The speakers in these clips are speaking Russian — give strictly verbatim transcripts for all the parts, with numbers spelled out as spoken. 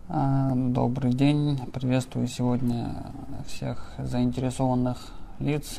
Добрый день, приветствую сегодня всех заинтересованных лиц.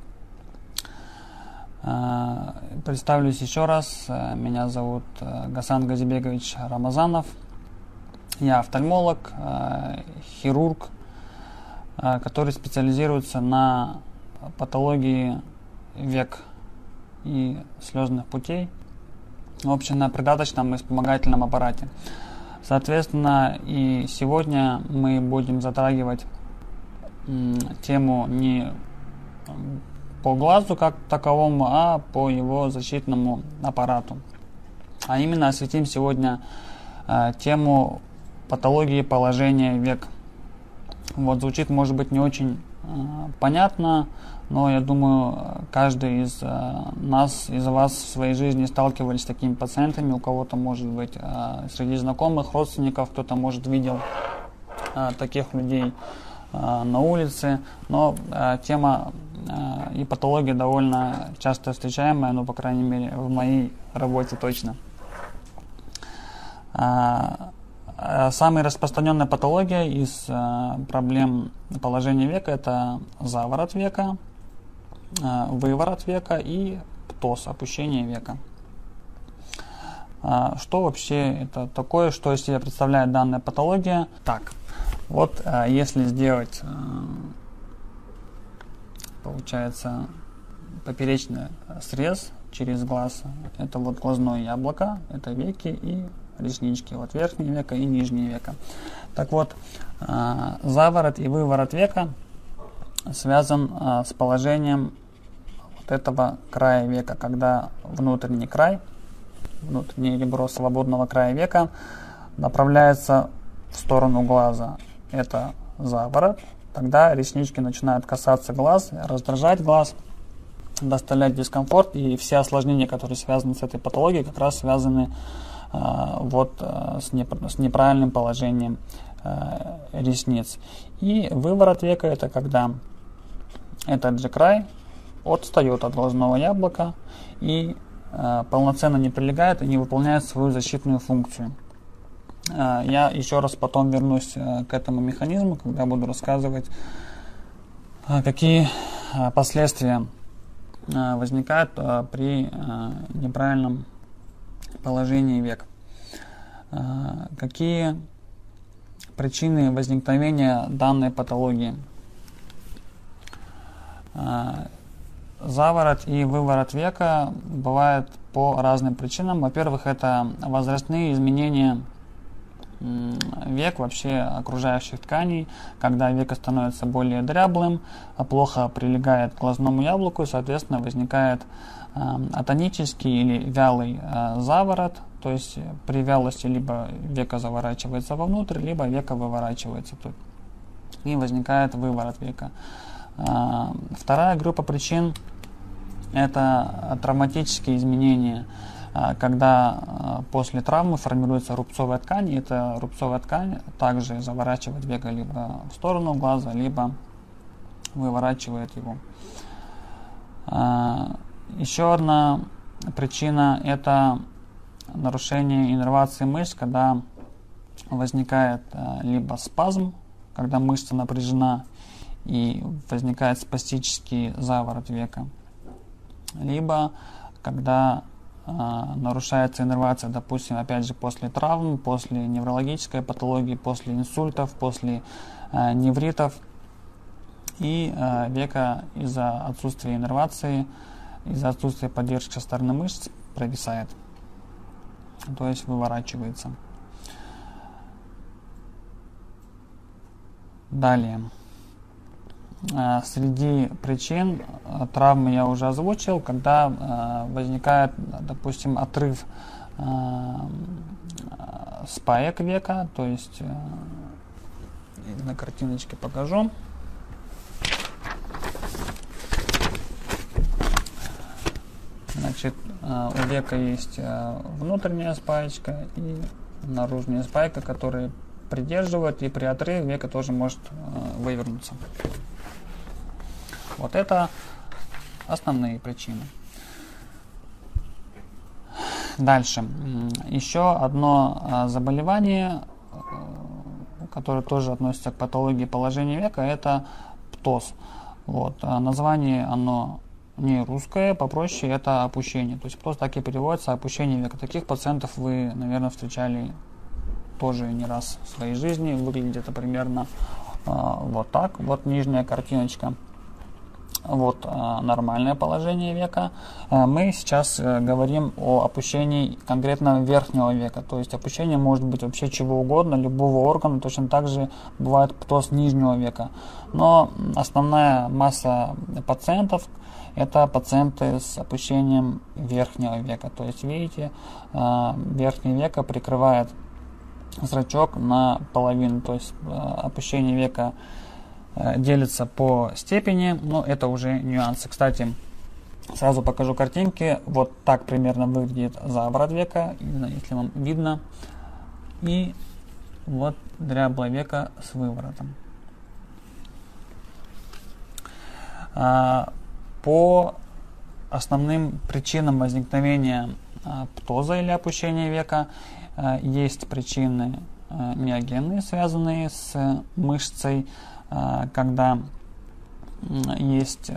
Представлюсь еще раз, меня зовут Гасан Газибегович Рамазанов, я офтальмолог, хирург, который специализируется на патологии век и слезных путей, в общем, на придаточном и вспомогательном аппарате. Соответственно, и сегодня мы будем затрагивать тему не по глазу как таковому, а по его защитному аппарату. А именно осветим сегодня тему патологии положения век. Вот звучит, может быть, не очень понятно, но я думаю, каждый из нас, из вас в своей жизни сталкивались с такими пациентами. У кого-то, может быть, среди знакомых, родственников, кто-то, может, видел таких людей на улице. Но тема и патология довольно часто встречаемая, ну, по крайней мере, в моей работе точно. Самая распространенная патология из проблем положения века — это заворот века, выворот века и птоз, опущение века. Что вообще это такое, что из себя представляет данная патология? Так, вот если сделать, получается, поперечный срез через глаз, это вот глазное яблоко, это веки и реснички, вот верхнее веко и нижнее веко. Так вот, заворот и выворот века связан с положением вот этого края века, когда внутренний край, внутреннее ребро свободного края века направляется в сторону глаза. Это заворот. Тогда реснички начинают касаться глаз, раздражать глаз, доставлять дискомфорт, и все осложнения, которые связаны с этой патологией, как раз связаны вот с неправильным положением ресниц. И выворот века — это когда этот же край отстает от глазного яблока и полноценно не прилегает и не выполняет свою защитную функцию. Я еще раз потом вернусь к этому механизму, когда буду рассказывать, какие последствия возникают при неправильном положении век. Какие причины возникновения данной патологии? Заворот и выворот века бывают по разным причинам. Во-первых, это возрастные изменения век, вообще окружающих тканей, когда веко становится более дряблым, плохо прилегает к глазному яблоку, и, соответственно, возникает атонический или вялый заворот, то есть при вялости либо веко заворачивается вовнутрь, либо веко выворачивается, и возникает выворот века. Вторая группа причин — это травматические изменения, когда после травмы формируется рубцовая ткань, и эта рубцовая ткань также заворачивает веко либо в сторону глаза, либо выворачивает его. Еще одна причина — это нарушение иннервации мышц, когда возникает либо спазм, когда мышца напряжена и возникает спастический заворот века, либо когда нарушается иннервация, допустим, опять же, после травм, после неврологической патологии, после инсультов, после невритов, и веко из-за отсутствия иннервации, из-за отсутствия поддержки со стороны мышц провисает, то есть выворачивается. Далее. Среди причин травмы я уже озвучил, когда возникает, допустим, отрыв спаек века, то есть на картиночке покажу. Значит, у века есть внутренняя спаечка и наружная спайка, которые придерживают, и при отрыве веко тоже может вывернуться. Вот это основные причины. Дальше. Еще одно заболевание, который тоже относится к патологии положения века, это птоз. Вот. А название оно не русское, попроще это опущение. То есть птоз так и переводится, опущение века. Таких пациентов вы, наверное, встречали тоже не раз в своей жизни. Выглядит это примерно а, вот так. Вот нижняя картиночка. Вот а, нормальное положение века. А, мы сейчас а, говорим о опущении конкретно верхнего века. То есть опущение может быть вообще чего угодно, любого органа. Точно так же бывает птоз нижнего века. Но основная масса пациентов это пациенты с опущением верхнего века. То есть видите, а, верхнее веко прикрывает зрачок наполовину. То есть а, опущение века делится по степени, но это уже нюансы. Кстати, сразу покажу картинки. Вот так примерно выглядит заворот века, если вам видно. И вот дряблое веко с выворотом. По основным причинам возникновения птоза или опущения века есть причины миогенные, связанные с мышцей, когда есть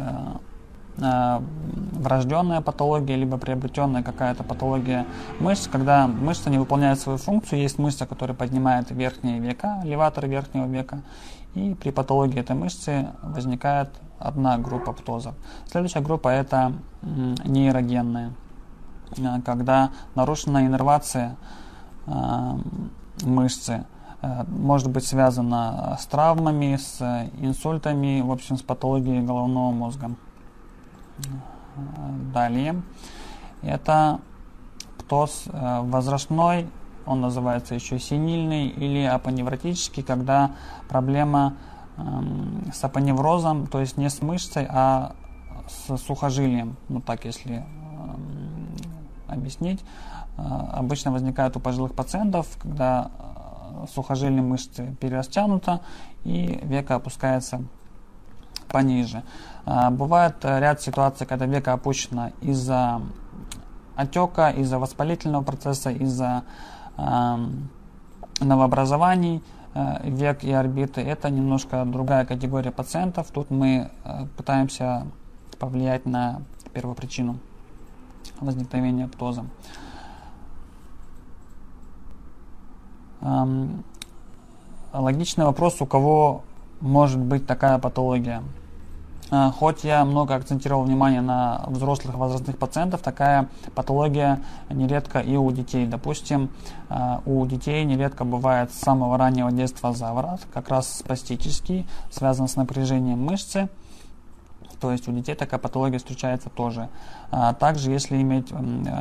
врожденная патология, либо приобретенная какая-то патология мышц, когда мышца не выполняет свою функцию. Есть мышца, которая поднимает верхние века, элеватор верхнего века, и при патологии этой мышцы возникает одна группа птозов. Следующая группа это нейрогенная, когда нарушена иннервация мышцы, может быть связано с травмами, с инсультами, в общем, с патологией головного мозга. Далее, это птоз возрастной, он называется еще сенильный или апоневротический, когда проблема с апоневрозом, то есть не с мышцей, а с сухожилием. Ну так, если объяснить, обычно возникает у пожилых пациентов, когда сухожилие мышцы перерастянуто и веко опускается пониже. Бывает ряд ситуаций, когда веко опущено из-за отека, из-за воспалительного процесса, из-за э, новообразований э, век и орбиты. Это немножко другая категория пациентов. Тут мы э, пытаемся повлиять на первопричину возникновения птоза. Эм, логичный вопрос, у кого может быть такая патология. Э, хоть я много акцентировал внимание на взрослых возрастных пациентов, такая патология нередко и у детей. Допустим, э, у детей нередко бывает с самого раннего детства заворот, как раз спастический, связан с напряжением мышцы. То есть у детей такая патология встречается тоже. А также, если иметь,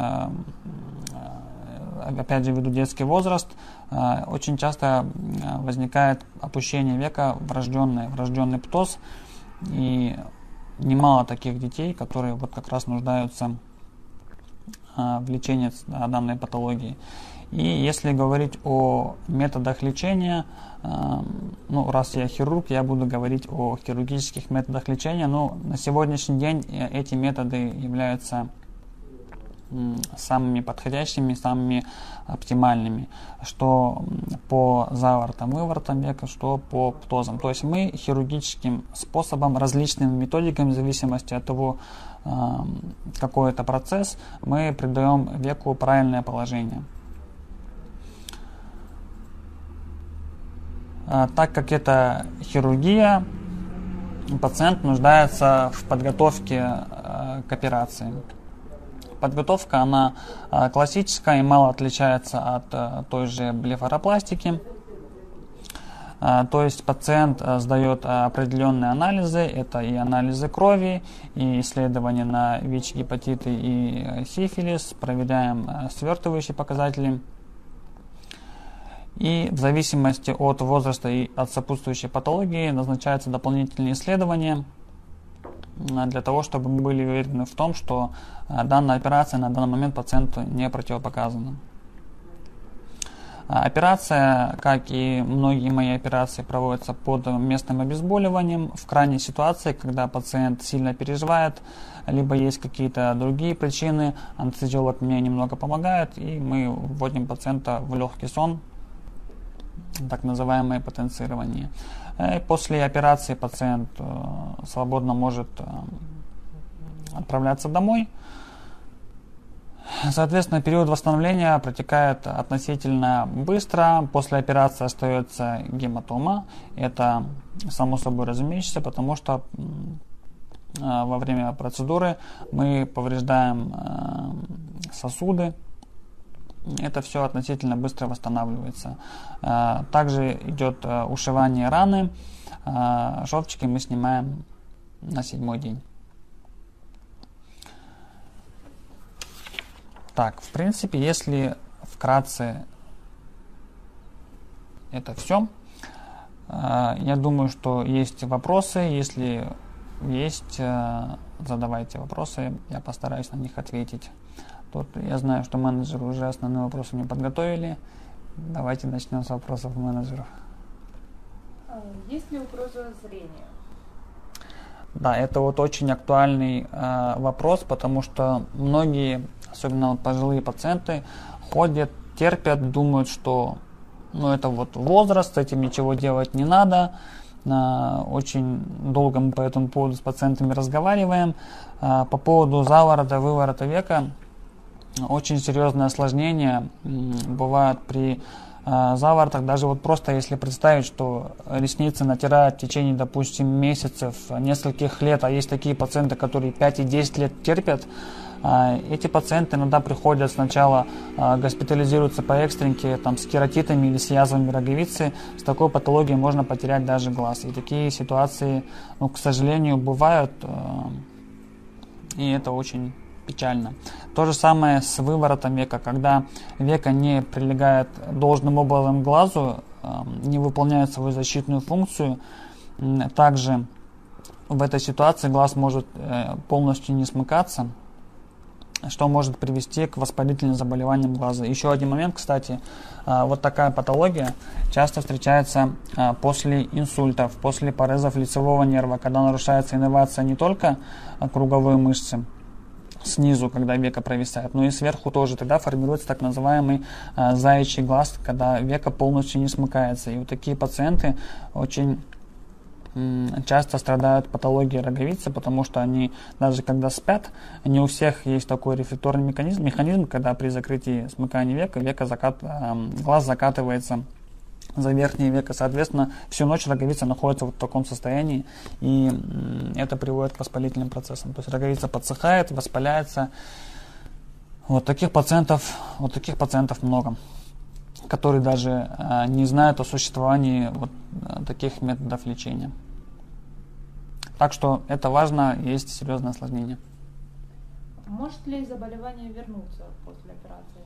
опять же, ввиду детский возраст, очень часто возникает опущение века врожденное, врожденный птоз. И немало таких детей, которые вот как раз нуждаются в лечении данной патологии. И если говорить о методах лечения, ну, раз я хирург, я буду говорить о хирургических методах лечения. Но на сегодняшний день эти методы являются самыми подходящими, самыми оптимальными, что по заворотам, выворотам века, что по птозам. То есть мы хирургическим способом, различными методиками, в зависимости от того, какой это процесс, мы придаем веку правильное положение. Так как это хирургия, пациент нуждается в подготовке к операции. Подготовка, она классическая и мало отличается от той же блефаропластики. То есть пациент сдает определенные анализы, это и анализы крови, и исследования на ВИЧ, гепатиты и сифилис, проверяем свертывающие показатели. И в зависимости от возраста и от сопутствующей патологии назначаются дополнительные исследования для того, чтобы мы были уверены в том, что данная операция на данный момент пациенту не противопоказана. Операция, как и многие мои операции, проводятся под местным обезболиванием. В крайней ситуации, когда пациент сильно переживает, либо есть какие-то другие причины, анестезиолог мне немного помогает, и мы вводим пациента в легкий сон, так называемое потенцирование. И после операции пациент свободно может отправляться домой. Соответственно, период восстановления протекает относительно быстро. После операции остается гематома. Это само собой разумеющееся, потому что во время процедуры мы повреждаем сосуды. Это все относительно быстро восстанавливается. Также идет ушивание раны. Шовчики мы снимаем на седьмой день. Так, в принципе, если вкратце это все, я думаю, что есть вопросы. Если есть, задавайте вопросы, я постараюсь на них ответить. Тут я знаю, что менеджеры уже основные вопросы мне подготовили. Давайте начнем с вопросов менеджеров. Есть ли угроза зрения? Да, это вот очень актуальный э, вопрос, потому что многие, особенно вот пожилые пациенты, ходят, терпят, думают, что ну, это вот возраст, с этим ничего делать не надо. Э, очень долго мы по этому поводу с пациентами разговариваем. Э, по поводу заворота, выворота века, очень серьезные осложнения э, бывают при заворотах. Даже вот просто если представить, что ресницы натирают в течение, допустим, месяцев, нескольких лет, а есть такие пациенты, которые пять и десять лет терпят, эти пациенты иногда приходят сначала, госпитализируются по экстренке там, с кератитами или с язвами роговицы. С такой патологией можно потерять даже глаз. И такие ситуации, ну, к сожалению, бывают, и это очень печально. То же самое с выворотом века, когда века не прилегает должным образом к глазу, не выполняет свою защитную функцию. Также в этой ситуации глаз может полностью не смыкаться, что может привести к воспалительным заболеваниям глаза. Еще один момент, кстати, вот такая патология часто встречается после инсультов, после порезов лицевого нерва, когда нарушается иннервация не только круговой мышцы снизу, когда века провисает, но и сверху тоже. Тогда формируется так называемый э, заячий глаз, когда века полностью не смыкается. И вот такие пациенты очень м, часто страдают патологией роговицы, потому что они, даже когда спят, не у всех есть такой рефлекторный механизм, механизм, когда при закрытии смыкания века, века закат, э, глаз закатывается за верхнее веко. Соответственно, всю ночь роговица находится вот в таком состоянии, и это приводит к воспалительным процессам. То есть роговица подсыхает, воспаляется. Вот таких пациентов, вот таких пациентов много, которые даже э, не знают о существовании вот э, таких методов лечения. Так что это важно, есть серьезное осложнение. Может ли заболевание вернуться после операции?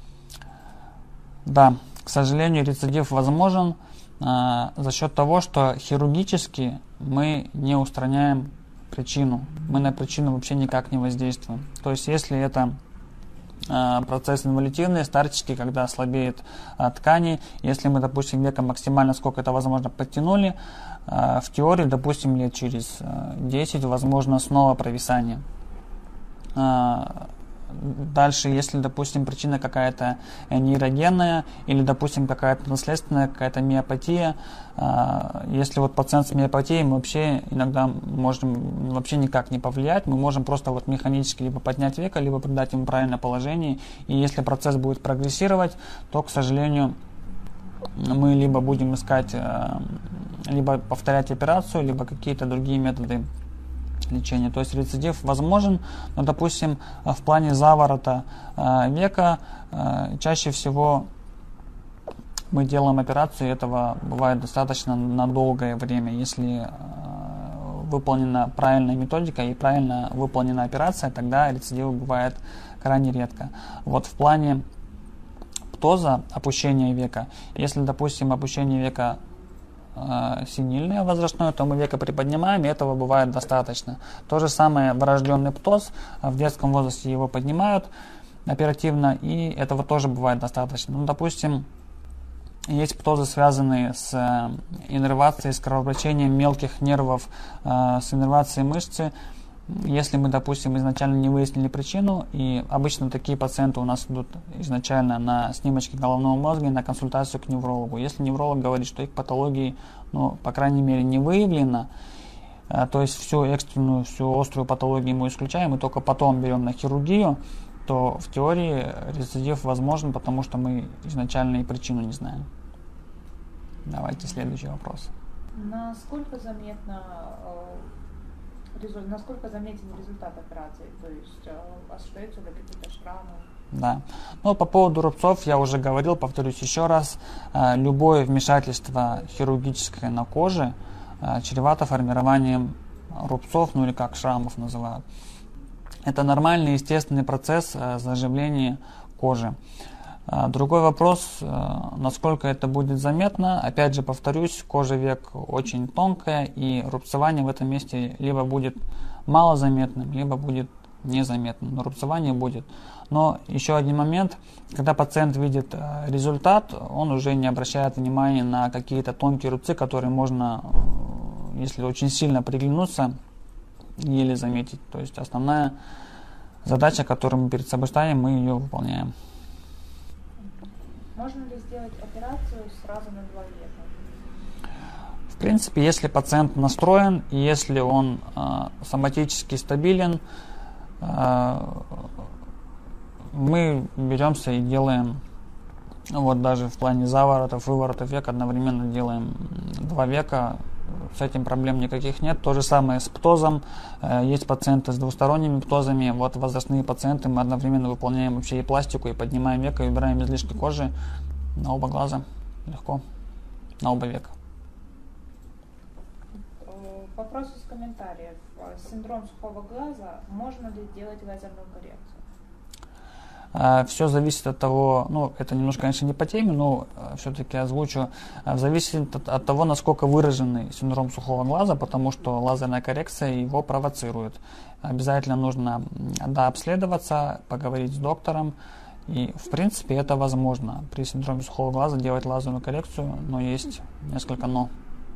Да, к сожалению, рецидив возможен э, за счет того, что хирургически мы не устраняем причину. Мы на причину вообще никак не воздействуем. То есть, если это э, процесс инволютивный, старческий, когда слабеет э, ткани, если мы, допустим, веком максимально, сколько это возможно, подтянули, э, в теории, допустим, лет через э, десять возможно снова провисание. Э, Дальше, если, допустим, причина какая-то нейрогенная или, допустим, какая-то наследственная, какая-то миопатия, если вот пациент с миопатией, мы вообще иногда можем вообще никак не повлиять, мы можем просто вот механически либо поднять веко, либо придать ему правильное положение, и если процесс будет прогрессировать, то, к сожалению, мы либо будем искать, либо повторять операцию, либо какие-то другие методы лечения. То есть рецидив возможен, но, допустим, в плане заворота э, века э, чаще всего мы делаем операцию, и этого бывает достаточно на долгое время, если э, выполнена правильная методика и правильно выполнена операция, тогда рецидив бывает крайне редко. Вот в плане птоза, опущения века, если, допустим, опущение века сенильное возрастное, то мы веко приподнимаем, и этого бывает достаточно. То же самое врожденный птоз, в детском возрасте его поднимают оперативно, и этого тоже бывает достаточно. Ну, допустим, есть птозы, связанные с иннервацией, с кровообращением мелких нервов, с иннервацией мышцы. Если мы, допустим, изначально не выяснили причину, и обычно такие пациенты у нас идут изначально на снимочки головного мозга и на консультацию к неврологу. Если невролог говорит, что их патологии, ну, по крайней мере, не выявлено, то есть всю экстренную, всю острую патологию мы исключаем и только потом берем на хирургию, то в теории рецидив возможен, потому что мы изначально и причину не знаем. Давайте следующий вопрос. Насколько заметно, э, насколько заметен результат операции? То есть э, остаются ли какие-то шрамы? Да. Ну, по поводу рубцов я уже говорил, повторюсь еще раз. Э, любое вмешательство хирургическое на коже э, чревато формированием рубцов, ну или как шрамов называют. Это нормальный, естественный процесс э, заживления кожи. Другой вопрос, насколько это будет заметно. Опять же, повторюсь, кожа век очень тонкая, и рубцевание в этом месте либо будет малозаметным, либо будет незаметным. Но рубцевание будет. Но еще один момент, когда пациент видит результат, он уже не обращает внимания на какие-то тонкие рубцы, которые можно, если очень сильно приглянуться, еле заметить. То есть основная задача, которую мы перед собой ставим, мы ее выполняем. Можно ли сделать операцию сразу на два века? В принципе, если пациент настроен, и если он э, соматически стабилен, э, мы беремся и делаем, вот даже в плане заворотов, выворотов век одновременно делаем два века. С этим проблем никаких нет. То же самое с птозом. Есть пациенты с двусторонними птозами. Вот возрастные пациенты, мы одновременно выполняем вообще и пластику, и поднимаем веко, и убираем излишки кожи на оба глаза. Легко. На оба века. Вопрос из комментариев. Синдром сухого глаза. Можно ли делать лазерную коррекцию? Все зависит от того, ну, это немножко, конечно, не по теме, но все-таки озвучу, зависит от, от того, насколько выраженный синдром сухого глаза, потому что лазерная коррекция его провоцирует. Обязательно нужно дообследоваться, поговорить с доктором, и, в принципе, это возможно. При синдроме сухого глаза делать лазерную коррекцию, но есть несколько «но».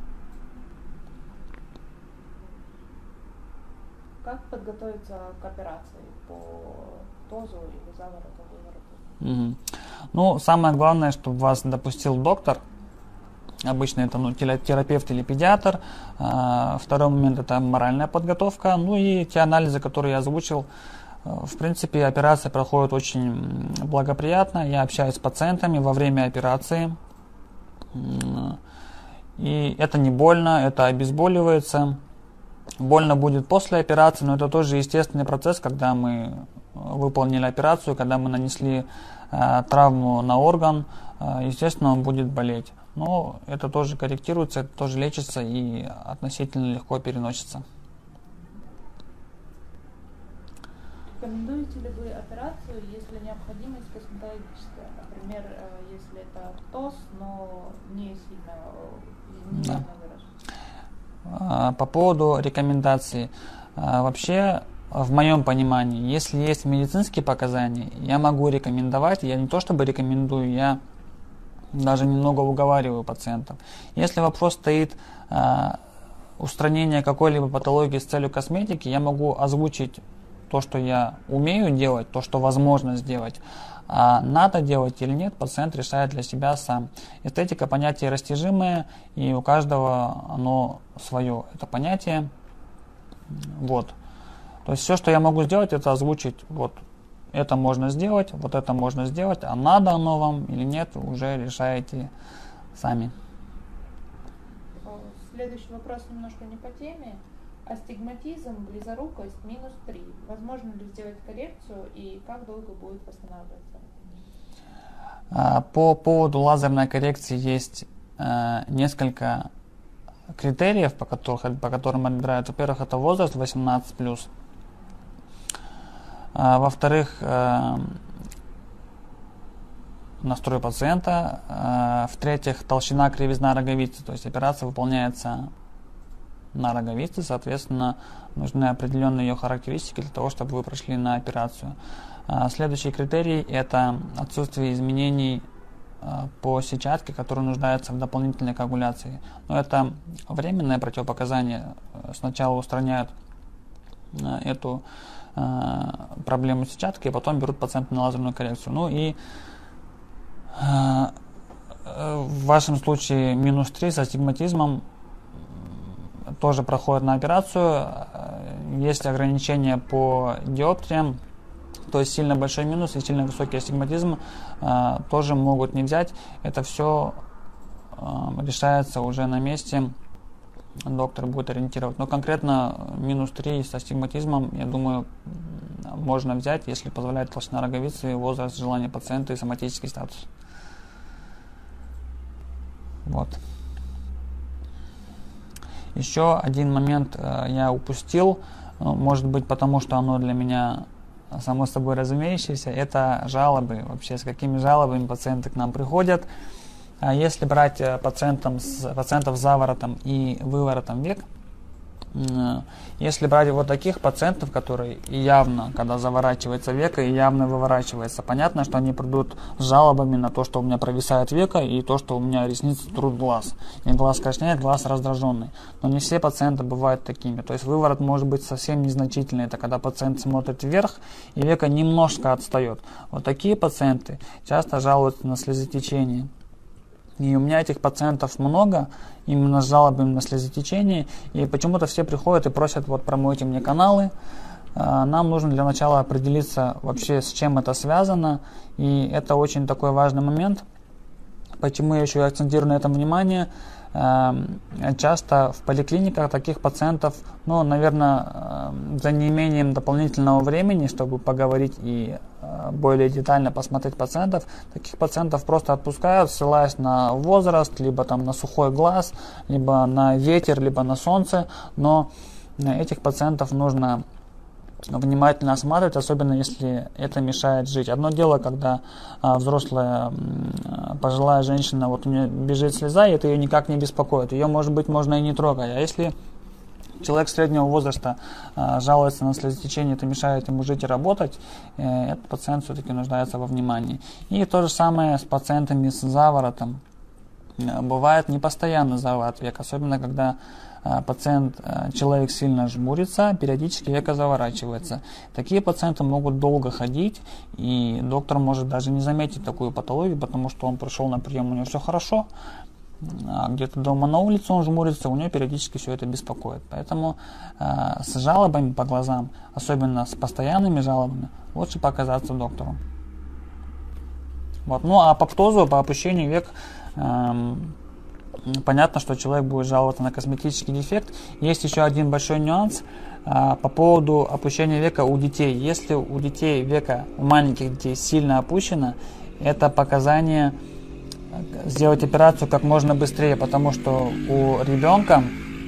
Как подготовиться к операции по птозу или завороту, вывороту? Угу. Ну, самое главное, чтобы вас допустил доктор. Обычно это ну, терапевт или педиатр. А, второй момент – это моральная подготовка. Ну и те анализы, которые я озвучил. В принципе, операция проходит очень благоприятно. Я общаюсь с пациентами во время операции. И это не больно, это обезболивается. Больно будет после операции, но это тоже естественный процесс, когда мы выполнили операцию, когда мы нанесли э, травму на орган, э, естественно, он будет болеть. Но это тоже корректируется, это тоже лечится и относительно легко переносится. Рекомендуете ли вы операцию, если необходимость косметологическая? Например, э, если это птоз, но не сильно, не да. сильно выражен? По поводу рекомендаций. Вообще, в моем понимании, если есть медицинские показания, я могу рекомендовать, я не то чтобы рекомендую, я даже немного уговариваю пациентов. Если вопрос стоит устранения какой-либо патологии с целью косметики, я могу озвучить то, что я умею делать, то, что возможно сделать. А надо делать или нет, пациент решает для себя сам. Эстетика – понятие растяжимое, и у каждого оно свое, это понятие. Вот. То есть все, что я могу сделать, это озвучить, вот, это можно сделать, вот это можно сделать, а надо оно вам или нет, уже решаете сами. Следующий вопрос немножко не по теме. Астигматизм, близорукость минус три. Возможно ли сделать коррекцию и как долго будет восстанавливаться? По поводу лазерной коррекции есть э, несколько критериев, по, которых, по которым отбирают. Во-первых, это возраст восемнадцать плюс. А, во-вторых, э, настрой пациента. А, в-третьих, толщина, кривизна роговицы. То есть операция выполняется на роговице, соответственно, нужны определенные ее характеристики для того, чтобы вы прошли на операцию. Следующий критерий – это отсутствие изменений по сетчатке, которые нуждаются в дополнительной коагуляции. Но это временное противопоказание. Сначала устраняют эту э, проблему сетчатки, и потом берут пациента на лазерную коррекцию. Ну и э, в вашем случае минус три с астигматизмом тоже проходят на операцию. Есть ограничения по диоптриям, то есть сильно большой минус и сильно высокий астигматизм э, тоже могут не взять. Это все э, решается уже на месте, доктор будет ориентировать. Но конкретно минус три с астигматизмом, я думаю, можно взять, если позволяет толщина роговицы, возраст, желание пациента и соматический статус. Вот. Еще один момент э, я упустил, может быть, потому что оно для меня само собой разумеющееся, это жалобы. Вообще, с какими жалобами пациенты к нам приходят. Если брать пациентам с, пациентов с заворотом и выворотом век, если брать вот таких пациентов, которые явно, когда заворачивается веко, и явно выворачивается, понятно, что они придут с жалобами на то, что у меня провисает веко, и то, что у меня ресницы трут глаз. И глаз краснеет, глаз раздраженный. Но не все пациенты бывают такими. То есть выворот может быть совсем незначительный. Это когда пациент смотрит вверх, и веко немножко отстает. Вот такие пациенты часто жалуются на слезотечение. И у меня этих пациентов много, именно с жалобами на слезотечение. И почему-то все приходят и просят, вот промойте мне каналы. Нам нужно для начала определиться вообще, с чем это связано. И это очень такой важный момент. Почему я еще акцентирую на этом внимание. Часто в поликлиниках таких пациентов, ну, наверное, за неимением дополнительного времени, чтобы поговорить и более детально посмотреть пациентов, таких пациентов просто отпускают, ссылаясь на возраст, либо там на сухой глаз, либо на ветер, либо на солнце. Но этих пациентов нужно внимательно осматривать, особенно если это мешает жить. Одно дело, когда а, взрослая а, пожилая женщина, вот у нее бежит слеза, и это ее никак не беспокоит. Ее, может быть, можно и не трогать. А если человек среднего возраста а, жалуется на слезотечение, это мешает ему жить и работать, э, этот пациент все-таки нуждается во внимании. И то же самое с пациентами с заворотом. Бывает непостоянный заворот век, особенно когда пациент, человек сильно жмурится, периодически веко заворачивается. Такие пациенты могут долго ходить, и доктор может даже не заметить такую патологию, потому что он пришел на прием, у него все хорошо, а где-то дома на улице он жмурится, у него периодически все это беспокоит. Поэтому э, с жалобами по глазам, особенно с постоянными жалобами, лучше показаться доктору. Вот. Ну а по птозу, по опущению век, э, понятно, что человек будет жаловаться на косметический дефект. Есть еще один большой нюанс а, по поводу опущения века у детей. Если у детей века, у маленьких детей сильно опущено, это показание сделать операцию как можно быстрее, потому что у ребенка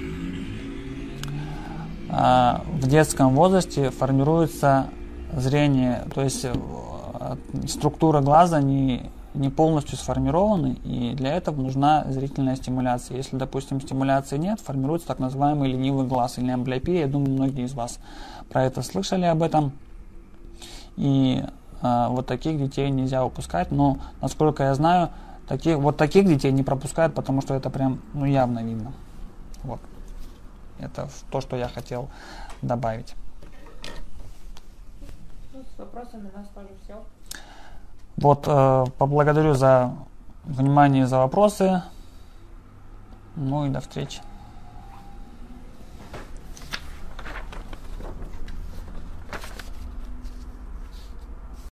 а, в детском возрасте формируется зрение, то есть а, структура глаза не не полностью сформированы, и для этого нужна зрительная стимуляция. Если, допустим, стимуляции нет, формируется так называемый ленивый глаз или амблиопия. Я думаю, многие из вас про это слышали об этом. И э, вот таких детей нельзя упускать, но, насколько я знаю, таких, вот таких детей не пропускают, потому что это прям ну, явно видно. Вот. Это то, что я хотел добавить. Ну, с вопросами у нас тоже все. Вот, э, поблагодарю за внимание и за вопросы. Ну и до встречи.